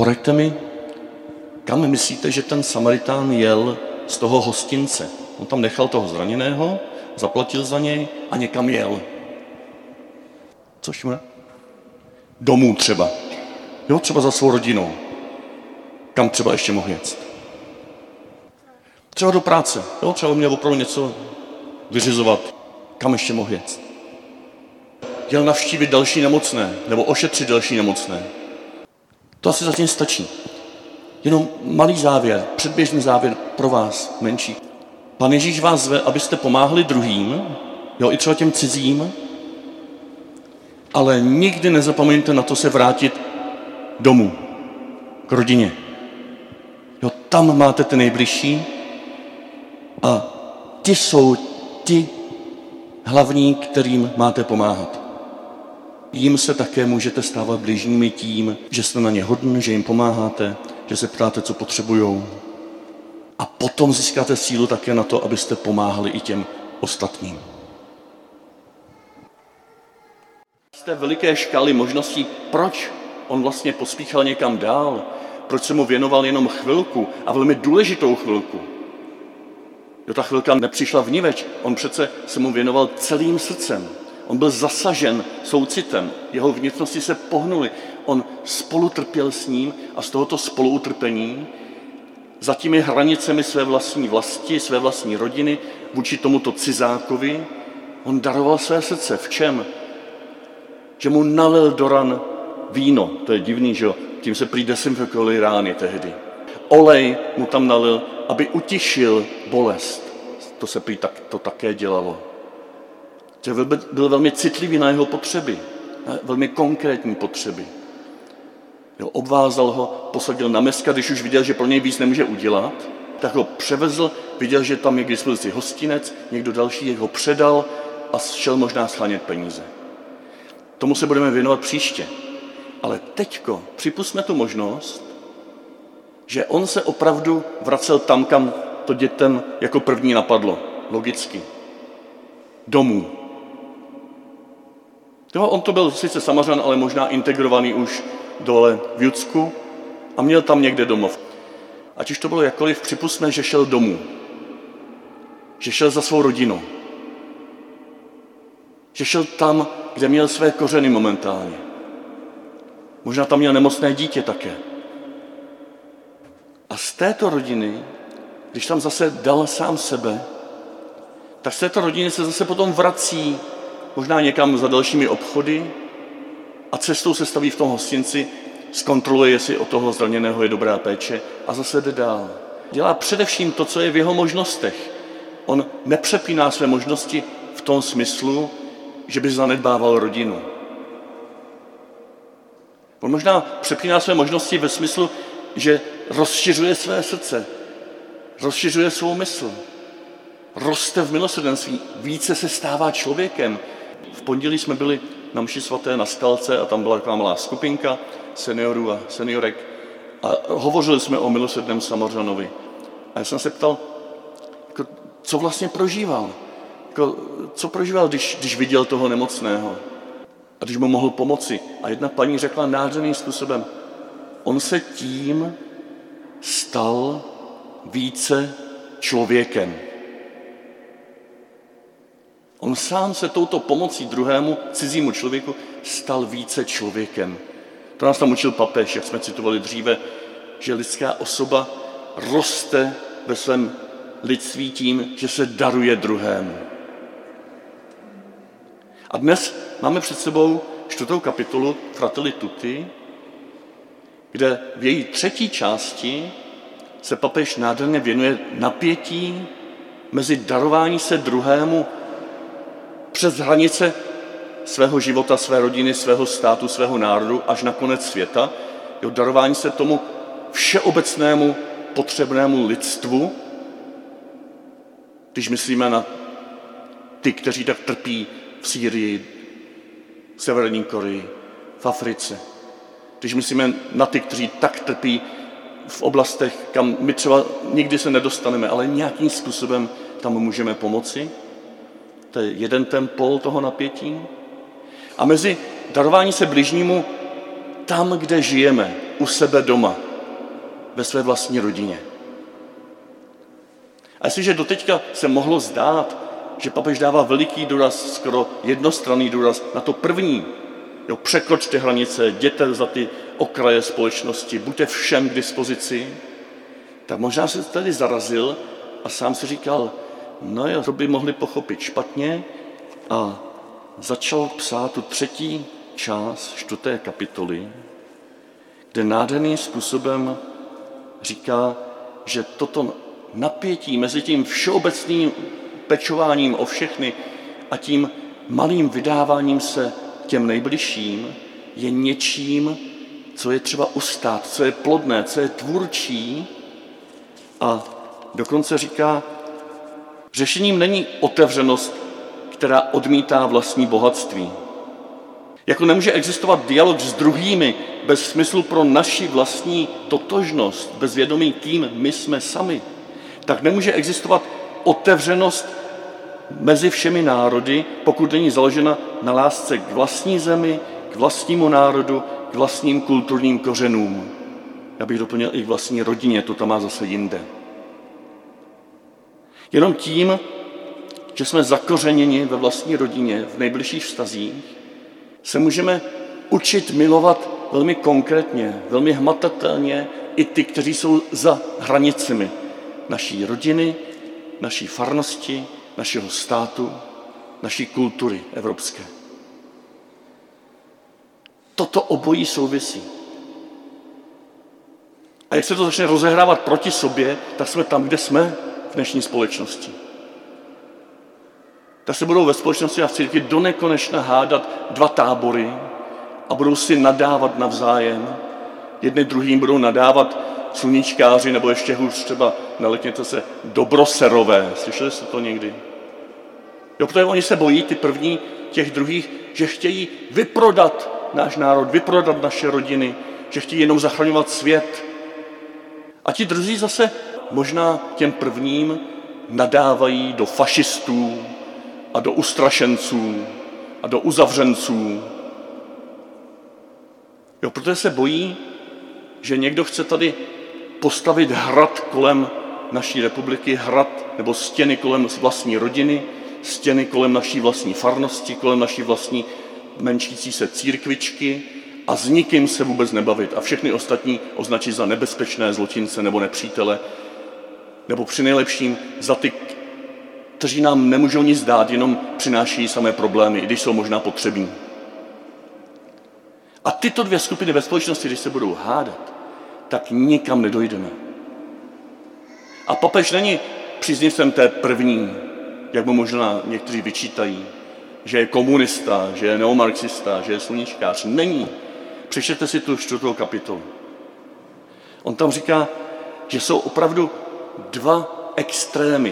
poraďte mi, kam myslíte, že ten Samaritán jel z toho hostince? On tam nechal toho zraněného, zaplatil za něj a někam jel. Což ne? Domů třeba. Jo, třeba za svou rodinou. Kam třeba ještě mohl jet? Třeba do práce. Jo, třeba měl opravdu něco vyřizovat. Kam ještě mohl jet? Jel navštívit další nemocné, nebo ošetřit další nemocné. To asi zatím stačí. Jenom malý závěr, předběžný závěr pro vás, menší. Pan Ježíš vás zve, abyste pomáhali druhým, jo, i třeba těm cizím, ale nikdy nezapomeňte na to se vrátit domů, k rodině. Jo, tam máte ty nejbližší a ti jsou ti hlavní, kterým máte pomáhat. Jím se také můžete stávat bližními tím, že jste na ně hodní, že jim pomáháte, že se ptáte, co potřebujou. A potom získáte sílu také na to, abyste pomáhali i těm ostatním. Z té veliké škály možností, proč on vlastně pospíchal někam dál, proč se mu věnoval jenom chvilku a velmi důležitou chvilku. Jo, ta chvilka nepřišla vniveč, on přece se mu věnoval celým srdcem. On byl zasažen soucitem, jeho vnitřnosti se pohnuly. On spolutrpěl s ním a z tohoto spoluutrpení za těmi hranicemi své vlastní vlasti, své vlastní rodiny, vůči tomuto cizákovi, on daroval své srdce. V čem? Že mu nalil do ran víno. To je divný, že jo? Tím se prý dezinfikovaly rány tehdy. Olej mu tam nalil, aby utišil bolest. To se prý to také dělalo. Že byl velmi citlivý na jeho potřeby, na velmi konkrétní potřeby. Jo, obvázal ho, posadil na meska, když už viděl, že pro něj víc nemůže udělat, tak ho převezl, viděl, že tam je k dispozici hostinec, někdo další ho předal a šel možná schánět peníze. Tomu se budeme věnovat příště. Ale teďko připustme tu možnost, že on se opravdu vracel tam, kam to dětem jako první napadlo, logicky. Domů. Jo, on to byl sice Samařan, ale možná integrovaný už dole v Judsku a měl tam někde domov. Ať už to bylo jakkoliv, připustme, že šel domů. Že šel za svou rodinu. Že šel tam, kde měl své kořeny momentálně. Možná tam měl nemocné dítě také. A z této rodiny, když tam zase dal sám sebe, tak z této rodiny se zase potom vrací možná někam za dalšími obchody a cestou se staví v tom hostinci, zkontroluje, jestli od toho zraněného je dobrá péče a zase jde dál. Dělá především to, co je v jeho možnostech. On nepřepíná své možnosti v tom smyslu, že by zanedbával rodinu. On možná přepíná své možnosti ve smyslu, že rozšiřuje své srdce, rozšiřuje svou mysl, roste v milosrdenství, více se stává člověkem. V pondělí jsme byli na mši svaté na Skalce a tam byla taková malá skupinka seniorů a seniorek a hovořili jsme o milosrdném Samařanovi. A já jsem se ptal, co vlastně prožíval. Co prožíval, když viděl toho nemocného a když mu mohl pomoci. A jedna paní řekla nádherným způsobem, on se tím stal více člověkem. On sám se touto pomocí druhému cizímu člověku stal více člověkem. To nás tam učil papež, jak jsme citovali dříve, že lidská osoba roste ve svém lidství tím, že se daruje druhému. A dnes máme před sebou 4. kapitolu Fratelli Tutti, kde v její 3. části se papež nádherně věnuje napětí mezi darování se druhému přes hranice svého života, své rodiny, svého státu, svého národu až na konec světa, jo, darování se tomu všeobecnému potřebnému lidstvu, když myslíme na ty, kteří tak trpí v Sýrii, v Severní Koreji, v Africe. Když myslíme na ty, kteří tak trpí v oblastech, kam my třeba nikdy se nedostaneme, ale nějakým způsobem tam můžeme pomoci. To je jeden ten pol toho napětí. A mezi darování se bližnímu tam, kde žijeme, u sebe doma, ve své vlastní rodině. A jestliže doteďka se mohlo zdát, že papež dává veliký důraz, skoro jednostranný důraz na to první, překročte hranice, jděte za ty okraje společnosti, buďte všem k dispozici, tak možná se tady zarazil a sám si říkal, no jo, to by mohli pochopit špatně, a začal psát tu 3. část 4. kapitoly, kde nádherným způsobem říká, že toto napětí mezi tím všeobecným pečováním o všechny a tím malým vydáváním se těm nejbližším je něčím, co je třeba ustát, co je plodné, co je tvůrčí, a dokonce říká, řešením není otevřenost, která odmítá vlastní bohatství. Jako nemůže existovat dialog s druhými bez smyslu pro naši vlastní totožnost, bez vědomí, kým my jsme sami, tak nemůže existovat otevřenost mezi všemi národy, pokud není založena na lásce k vlastní zemi, k vlastnímu národu, k vlastním kulturním kořenům. Já bych doplnil i k vlastní rodině, to tam má zase jinde. Jenom tím, že jsme zakořeněni ve vlastní rodině, v nejbližších vztazích, se můžeme učit milovat velmi konkrétně, velmi hmatatelně i ty, kteří jsou za hranicemi naší rodiny, naší farnosti, našeho státu, naší kultury evropské. Toto obojí souvisí. A jak se to začne rozehrávat proti sobě, tak jsme tam, kde jsme v dnešní společnosti. Tak se budou ve společnosti a v církvi donekonečna hádat 2 tábory a budou si nadávat navzájem. Jedni druhým budou nadávat sluníčkáři, nebo ještě hůř třeba, nelekněte se, dobroserové. Slyšeli jste to někdy? Jo, protože oni se bojí, ty první, těch druhých, že chtějí vyprodat náš národ, vyprodat naše rodiny, že chtějí jenom zachraňovat svět. A ti druzí zase možná těm prvním nadávají do fašistů a do ustrašenců a do uzavřenců. Jo, protože se bojí, že někdo chce tady postavit hrad kolem naší republiky, hrad nebo stěny kolem vlastní rodiny, stěny kolem naší vlastní farnosti, kolem naší vlastní menšící se církvičky a s nikým se vůbec nebavit a všechny ostatní označit za nebezpečné zločince nebo nepřítele, nebo při nejlepším za ty, kteří nám nemůžou nic dát, jenom přináší samé problémy, i když jsou možná potřební. A tyto 2 skupiny ve společnosti, když se budou hádat, tak nikam nedojdeme. A papež není příznivcem té první, jak mu možná někteří vyčítají, že je komunista, že je neomarxista, že je sluníčkář. Není. Přečtěte si tu 4. kapitolu. On tam říká, že jsou opravdu 2 extrémy.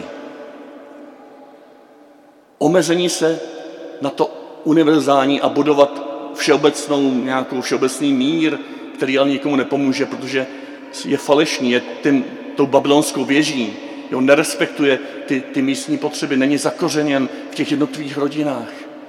Omezení se na to univerzální a budovat všeobecný mír, který ale nikomu nepomůže, protože je falešný, je tou babylonskou věží. On nerespektuje ty místní potřeby, není zakořeněn v těch jednotlivých rodinách.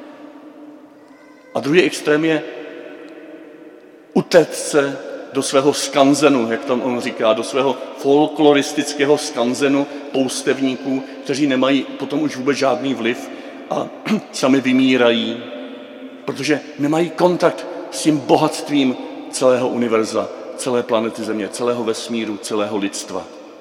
A druhý extrém je utéct se do svého skanzenu, jak tam on říká, do svého folkloristického skanzenu poustevníků, kteří nemají potom už vůbec žádný vliv a sami vymírají, protože nemají kontakt s tím bohatstvím celého univerza, celé planety Země, celého vesmíru, celého lidstva.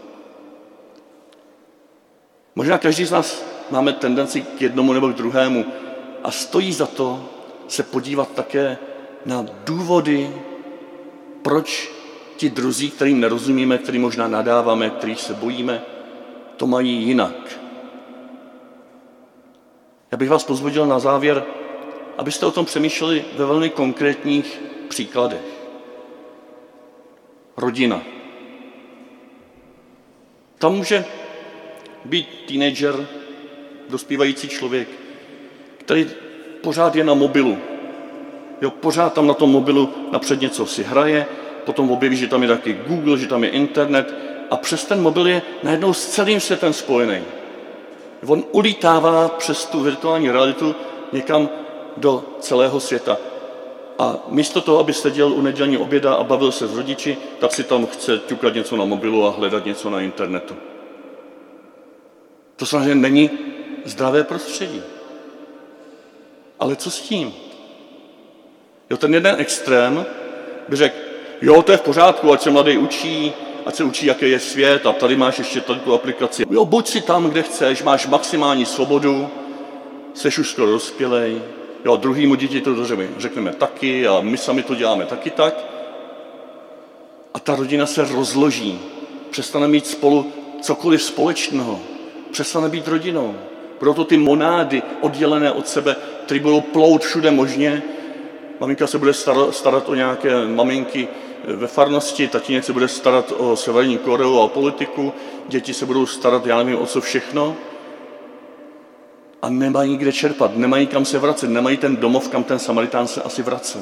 Možná každý z nás máme tendenci k jednomu nebo k druhému a stojí za to se podívat také na důvody, proč ti druzí, kterým nerozumíme, kterým možná nadáváme, kterých se bojíme, to mají jinak. Já bych vás pozvodil na závěr, abyste o tom přemýšleli ve velmi konkrétních příkladech. Rodina. Tam může být teenager, dospívající člověk, který pořád je na mobilu. Jo, pořád tam na tom mobilu napřed něco si hraje, potom objeví, že tam je taky Google, že tam je internet a přes ten mobil je najednou s celým světem spojený. On ulítává přes tu virtuální realitu někam do celého světa. A místo toho, aby seděl u nedělní oběda a bavil se s rodiči, tak si tam chce ťukat něco na mobilu a hledat něco na internetu. To samozřejmě není zdravé prostředí. Ale co s tím? Jo, ten jeden extrém by řekl, jo, to je v pořádku, ať se mladý učí, ať se učí, jaký je svět a tady máš ještě tu aplikaci. Jo, buď si tam, kde chceš, máš maximální svobodu, seš už skoro dospělej. Jo, druhýmu dítě to řekneme taky a my sami to děláme taky tak. A ta rodina se rozloží, přestane mít spolu cokoliv společného, přestane být rodinou. Proto ty monády oddělené od sebe, které budou plout všude možně. Maminka se bude starat o nějaké maminky ve farnosti, tatínek se bude starat o Severní Koreu a o politiku, děti se budou starat, já nevím, o co všechno. A nemají kde čerpat, nemají kam se vracet, nemají ten domov, kam ten Samaritán se asi vracel.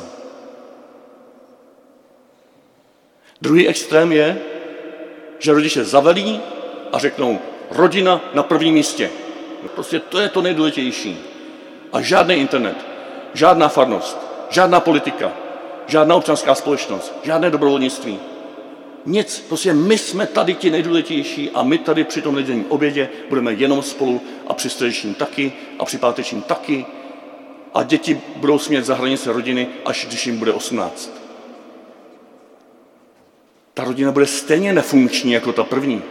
Druhý extrém je, že rodiče zavelí a řeknou, rodina na prvním místě. Prostě to je to nejdůležitější. A žádný internet, žádná farnost, žádná politika, žádná občanská společnost, žádné dobrovolnictví. Nic, prostě my jsme tady ti nejdůležitější a my tady při tom nedělním obědě budeme jenom spolu a při středečním taky a při pátečním taky a děti budou smět za hranice rodiny, až když jim bude 18. Ta rodina bude stejně nefunkční jako ta první.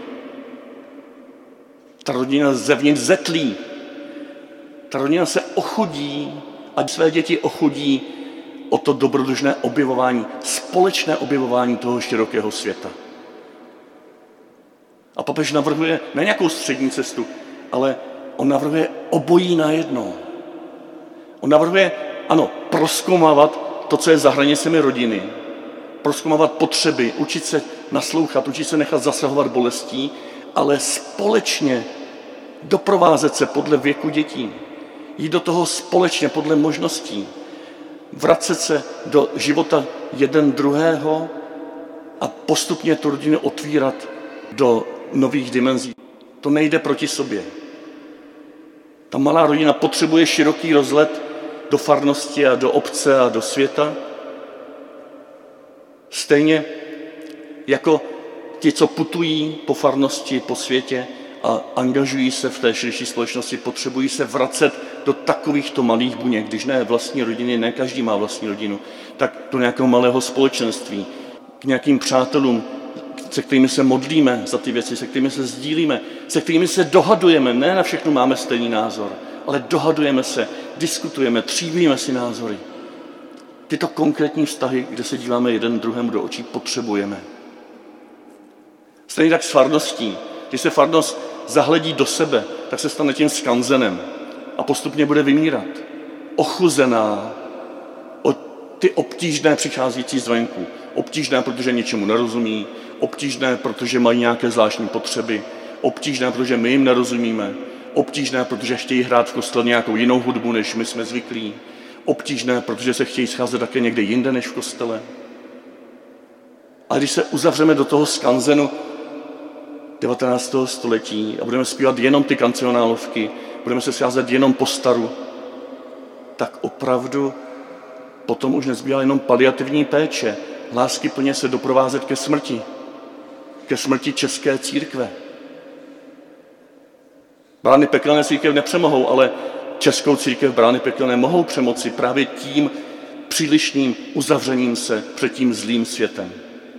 Ta rodina zevnitř zetlí. Ta rodina se ochudí a své děti ochudí o to dobrodružné objevování, společné objevování toho širokého světa. A papež navrhuje ne nějakou střední cestu, ale on navrhuje obojí najednou. On navrhuje, ano, prozkoumávat to, co je za hranicemi rodiny, prozkoumávat potřeby, učit se naslouchat, učit se nechat zasahovat bolestí, ale společně doprovázet se podle věku dětí, jít do toho společně podle možností, vracet se do života jeden druhého a postupně tu rodinu otvírat do nových dimenzí. To nejde proti sobě. Ta malá rodina potřebuje široký rozhled do farnosti a do obce a do světa. Stejně jako ti, co putují po farnosti, po světě a angažují se v té širší společnosti, potřebují se vracet do takovýchto malých buněk, když ne vlastní rodiny, ne každý má vlastní rodinu, tak do nějakého malého společenství, k nějakým přátelům, se kterými se modlíme za ty věci, se kterými se sdílíme, se kterými se dohadujeme, ne na všechno máme stejný názor, ale dohadujeme se, diskutujeme, tříbíme si názory. Tyto konkrétní vztahy, kde se díváme jeden druhému do očí, potřebujeme. Stejně tak s farností. Když se farnost zahledí do sebe, tak se stane tím skanzenem a postupně bude vymírat. Ochuzená o ty obtížné přicházející zvenku. Obtížné, protože něčemu nerozumí, obtížné, protože mají nějaké zvláštní potřeby, obtížné, protože my jim nerozumíme, obtížné, protože chtějí hrát v kostele nějakou jinou hudbu, než my jsme zvyklí, obtížné, protože se chtějí scházet také někde jinde než v kostele. A když se uzavřeme do toho skanzenu 19. století a budeme zpívat jenom ty kancionálovky, budeme se scházet jenom po staru, tak opravdu potom už nezbývá jenom paliativní péče, láskyplně se doprovázet ke smrti české církve. Brány pekelné církev nepřemohou, ale českou církev brány pekelné mohou přemoci právě tím přílišným uzavřením se před tím zlým světem.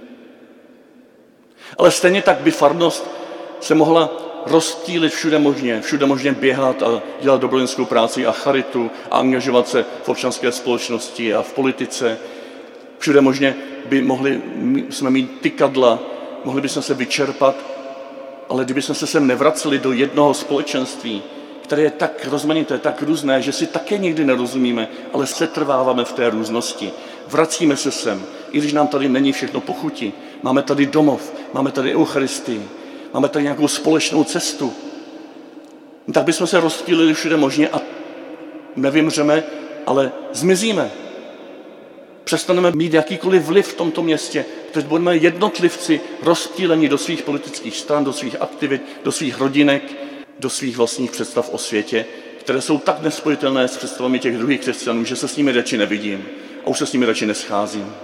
Ale stejně tak by farnost se mohla rozptýlit všude možně běhat a dělat dobrovolnickou práci a charitu a angažovat se v občanské společnosti a v politice. Všude možně jsme mít tykadla, mohli bychom se vyčerpat, ale kdybychom se sem nevraceli do jednoho společenství, které je tak rozmanité, tak různé, že si také někdy nerozumíme, ale setrváváme v té různosti. Vracíme se sem, i když nám tady není všechno po chuti. Máme tady domov, máme tady Eucharistii, máme tady nějakou společnou cestu. Tak bychom se rozptýlili všude možně a nevymřeme, ale zmizíme. Přestaneme mít jakýkoliv vliv v tomto městě, protože budeme jednotlivci rozptýleni do svých politických stran, do svých aktivit, do svých rodinek, do svých vlastních představ o světě, které jsou tak nespojitelné s představami těch druhých křesťanů, že se s nimi radši nevidím. a už se s nimi radši nescházím.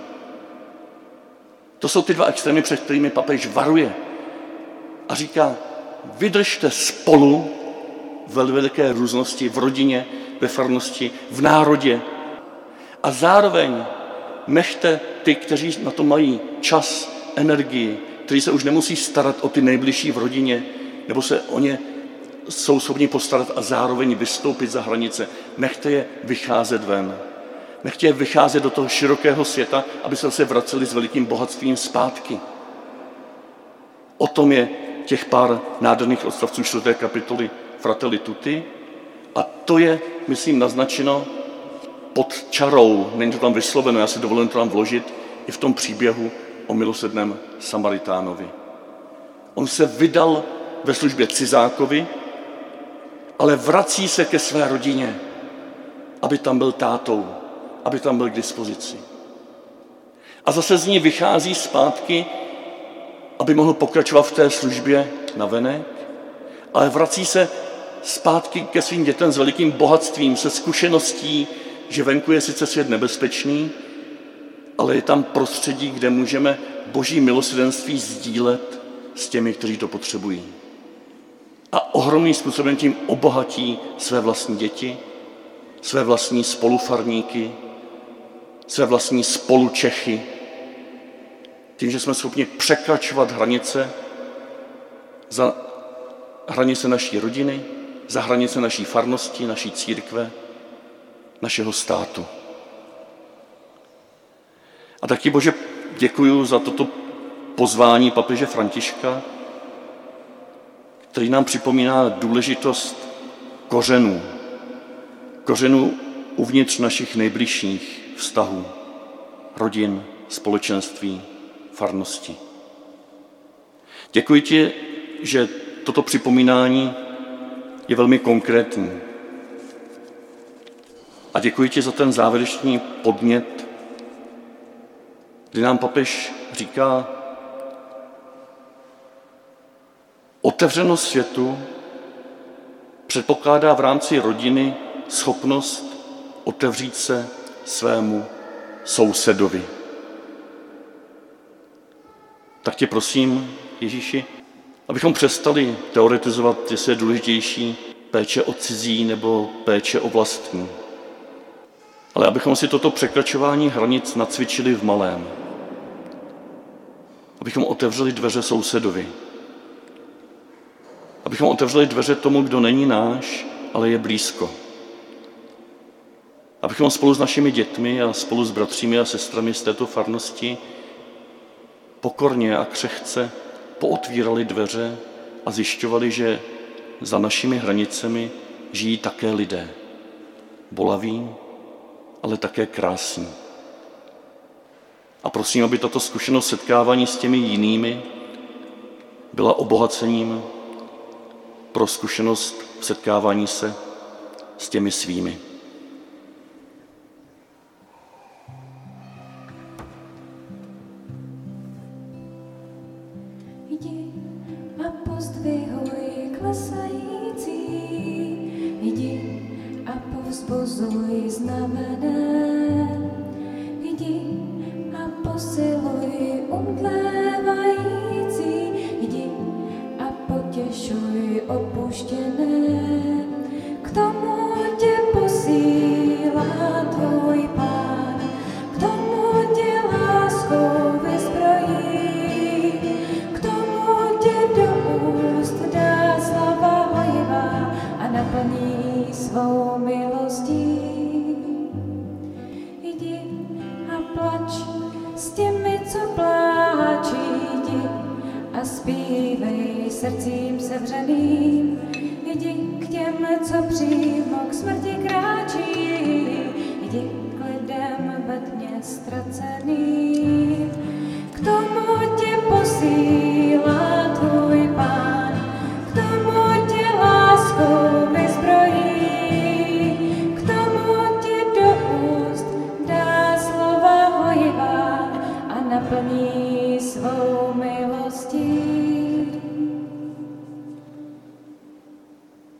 To jsou ty dva extrémy, před kterými papež varuje. A říká, vydržte spolu ve veliké různosti, v rodině, ve farnosti, v národě. A zároveň nechte ty, kteří na to mají čas, energii, kteří se už nemusí starat o ty nejbližší v rodině, nebo se o ně jsou schopni postarat a zároveň vystoupit za hranice. Nechte je vycházet ven. Nechte je vycházet do toho širokého světa, aby se zase vraceli s velikým bohatstvím zpátky. O tom je těch pár nádherných odstavců 4. kapitoly Fratelli Tutti a to je, myslím, naznačeno pod čarou, není to tam vysloveno, já si dovolím to tam vložit, i v tom příběhu o milosrdném Samaritánovi. On se vydal ve službě cizákovi, ale vrací se ke své rodině, aby tam byl tátou, aby tam byl k dispozici. A zase z ní vychází zpátky, aby mohl pokračovat v té službě navenek, ale vrací se zpátky ke svým dětem s velikým bohatstvím, se zkušeností, že venku je sice svět nebezpečný, ale je tam prostředí, kde můžeme Boží milosrdenství sdílet s těmi, kteří to potřebují. A ohromným způsobem tím obohatí své vlastní děti, své vlastní spolufarníky, své vlastní spolučechy, tím, že jsme schopni překračovat hranice za hranice naší rodiny, za hranice naší farnosti, naší církve, našeho státu. A taky, Bože, děkuju za toto pozvání papeže Františka, který nám připomíná důležitost kořenů uvnitř našich nejbližších vztahů, rodin, společenství, farnosti. Děkuji ti, že toto připomínání je velmi konkrétní. A děkuji ti za ten závěrečný podnět, kdy nám papež říká, otevřenost světu předpokládá v rámci rodiny schopnost otevřít se svému sousedovi. Tak tě prosím, Ježíši, abychom přestali teoretizovat, jestli je důležitější péče o cizí nebo péče o vlastní. Ale abychom si toto překračování hranic nacvičili v malém. Abychom otevřeli dveře sousedovi. Abychom otevřeli dveře tomu, kdo není náš, ale je blízko. Abychom spolu s našimi dětmi a spolu s bratřími a sestrami z této farnosti pokorně a křehce pootvírali dveře a zjišťovali, že za našimi hranicemi žijí také lidé. Bolaví, ale také krásní. A prosím, aby tato zkušenost setkávání s těmi jinými byla obohacením pro zkušenost setkávání se s těmi svými. Jdi a pozdvihuj klesající, jdi a povzbuzuj znamené, jdi a posiluj umdlévající, jdi a potěšuj opuštěné, k tomu tě posílá tvůj Pán, k tomu tě láskou vyzbrojí, k tomu tě do úst dá slava hojivá a naplní svou milostí. Jdi a plač s těmi, co pláčí, jdi a zpívej srdcím sevřeným, jdi k těm, co přímo k smrti kráčí, jdi k lidem ve tmě ztraceným.